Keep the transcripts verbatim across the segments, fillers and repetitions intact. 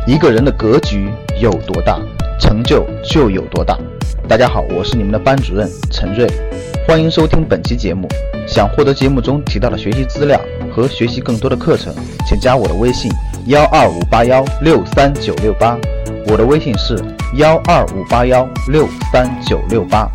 一个人的格局有多大，成就就有多大。大家好，我是你们的班主任陈瑞，欢迎收听本期节目。想获得节目中提到的学习资料和学习更多的课程，请加我的微信幺二五八幺六三九六八，我的微信是幺二五八幺六三九六八。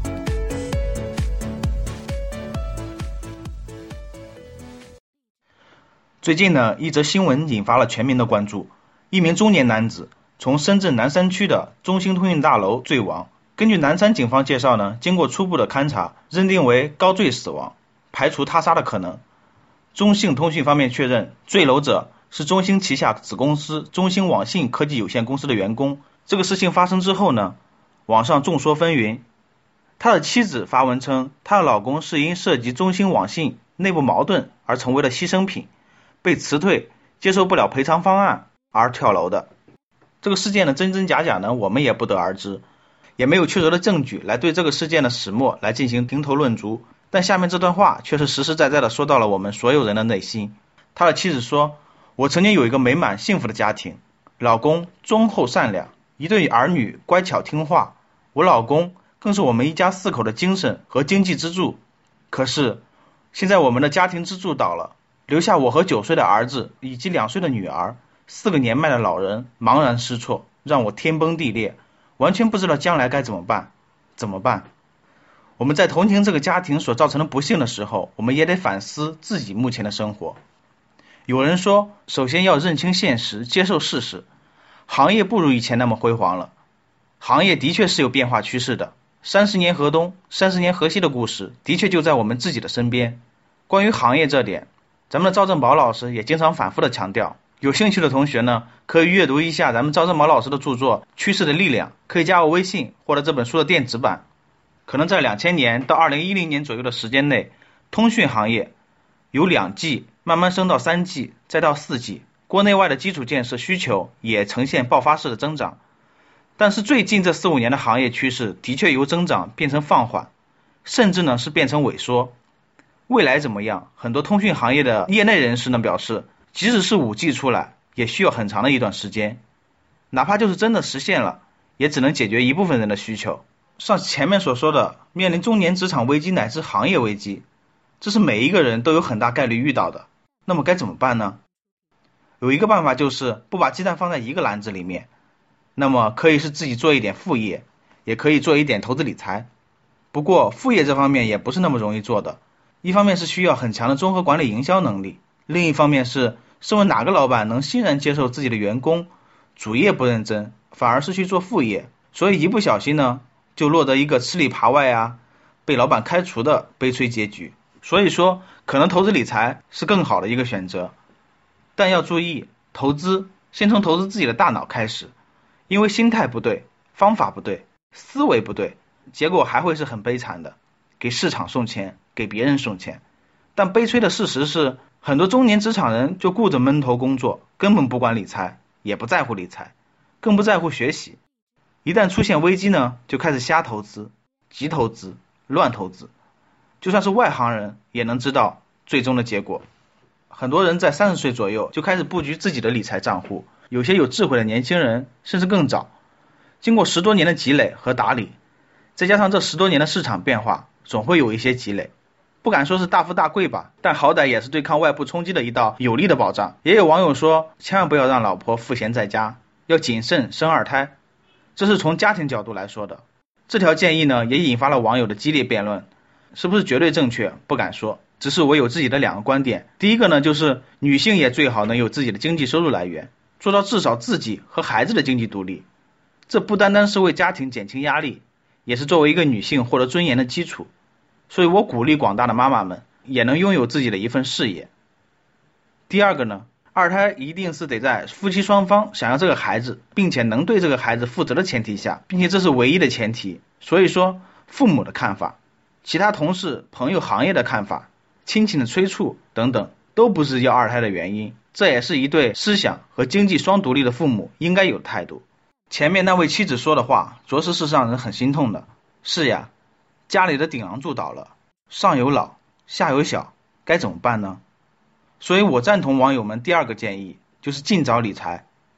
最近呢，一则新闻引发了全民的关注。一名中年男子从深圳南山区的中兴通讯大楼坠亡。根据南山警方介绍呢，经过初步的勘查，认定为高坠死亡，排除他杀的可能。中兴通讯方面确认，坠楼者是中兴旗下子公司中兴网信科技有限公司的员工。这个事情发生之后呢，网上众说纷纭。他的妻子发文称，她的老公是因涉及中兴网信内部矛盾而成为了牺牲品，被辞退，接受不了赔偿方案而跳楼的。这个事件的真真假假呢，我们也不得而知，也没有确凿的证据来对这个事件的始末来进行评头论足。但下面这段话却是实实在在的说到了我们所有人的内心。他的妻子说，我曾经有一个美满幸福的家庭，老公忠厚善良，一对儿女乖巧听话，我老公更是我们一家四口的精神和经济支柱。可是现在我们的家庭支柱倒了，留下我和九岁的儿子以及两岁的女儿，四个年迈的老人茫然失措，让我天崩地裂，完全不知道将来该怎么办。怎么办？我们在同情这个家庭所造成的不幸的时候，我们也得反思自己目前的生活。有人说，首先要认清现实，接受事实。行业不如以前那么辉煌了，行业的确是有变化趋势的。三十年河东，三十年河西的故事的确就在我们自己的身边。关于行业这点，咱们的赵正宝老师也经常反复的强调，有兴趣的同学呢，可以阅读一下咱们赵正宝老师的著作《趋势的力量》，可以加我微信获得这本书的电子版。可能在两千年到二零一零年左右的时间内，通讯行业由两 G 慢慢升到三 G 再到四 G， 国内外的基础建设需求也呈现爆发式的增长。但是最近这四五年的行业趋势的确由增长变成放缓，甚至呢是变成萎缩。未来怎么样？很多通讯行业的业内人士呢表示，即使是 五 G 出来，也需要很长的一段时间，哪怕就是真的实现了，也只能解决一部分人的需求。像前面所说的，面临中年职场危机乃至行业危机，这是每一个人都有很大概率遇到的。那么该怎么办呢？有一个办法就是不把鸡蛋放在一个篮子里面，那么可以是自己做一点副业，也可以做一点投资理财。不过副业这方面也不是那么容易做的，一方面是需要很强的综合管理营销能力，另一方面是身为哪个老板能欣然接受自己的员工主业不认真，反而是去做副业，所以一不小心呢就落得一个吃里扒外啊，被老板开除的悲催结局。所以说可能投资理财是更好的一个选择，但要注意，投资先从投资自己的大脑开始，因为心态不对，方法不对，思维不对，结果还会是很悲惨的，给市场送钱，给别人送钱。但悲催的事实是，很多中年职场人就顾着闷头工作，根本不管理财，也不在乎理财，更不在乎学习。一旦出现危机呢，就开始瞎投资、急投资、乱投资。就算是外行人也能知道最终的结果。很多人在三十岁左右就开始布局自己的理财账户，有些有智慧的年轻人甚至更早。经过十多年的积累和打理，再加上这十多年的市场变化，总会有一些积累。不敢说是大富大贵吧，但好歹也是对抗外部冲击的一道有力的保障。也有网友说，千万不要让老婆赋闲在家，要谨慎生二胎，这是从家庭角度来说的。这条建议呢，也引发了网友的激烈辩论，是不是绝对正确不敢说，只是我有自己的两个观点。第一个呢，就是女性也最好能有自己的经济收入来源，做到至少自己和孩子的经济独立，这不单单是为家庭减轻压力，也是作为一个女性获得尊严的基础。所以我鼓励广大的妈妈们也能拥有自己的一份事业。第二个呢，二胎一定是得在夫妻双方想要这个孩子，并且能对这个孩子负责的前提下，并且这是唯一的前提。所以说父母的看法，其他同事朋友行业的看法，亲戚的催促等等，都不是要二胎的原因。这也是一对思想和经济双独立的父母应该有的态度。前面那位妻子说的话着实是让人很心痛的。是呀，家里的顶梁柱倒了，上有老下有小，该怎么办呢？所以我赞同网友们第二个建议，就是尽早理财，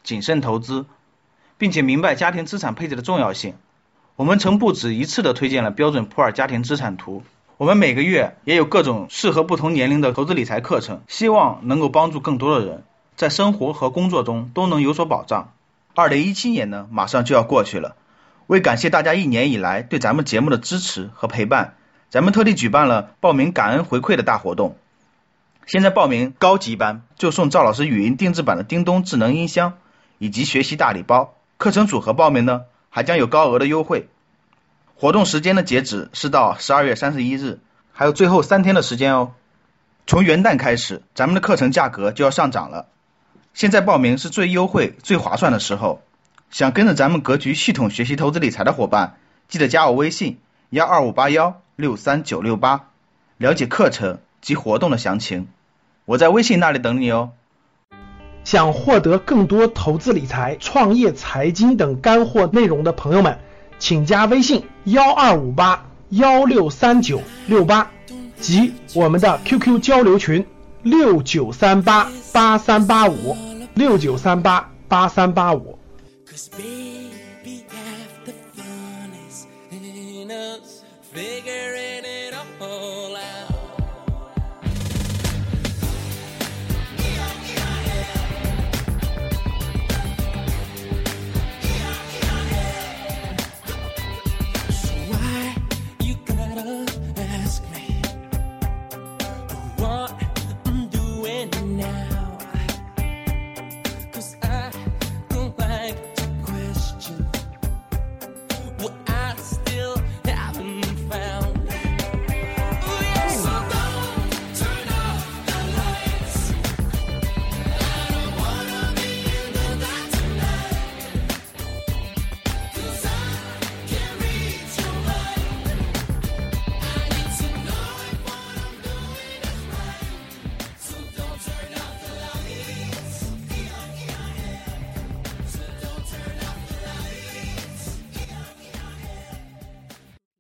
谨慎投资，并且明白家庭资产配置的重要性。我们曾不止一次地推荐了标准普尔家庭资产图，我们每个月也有各种适合不同年龄的投资理财课程，希望能够帮助更多的人在生活和工作中都能有所保障。二零一七年呢，马上就要过去了，为感谢大家一年以来对咱们节目的支持和陪伴，咱们特地举办了报名感恩回馈的大活动。现在报名高级班就送赵老师语音定制版的叮咚智能音箱以及学习大礼包，课程组合报名呢还将有高额的优惠。活动时间的截止是到十二月三十一日，还有最后三天的时间哦。从元旦开始，咱们的课程价格就要上涨了，现在报名是最优惠最划算的时候。想跟着咱们格局系统学习投资理财的伙伴，记得加我微信幺二五八幺六三九六八，了解课程及活动的详情。我在微信那里等你哦。 想获得更多投资理财、创业财经等干货内容的朋友们，请加微信幺二五八幺六三九六八及我们的 Q Q 交流群六九三八八三八五六九三八八三八五。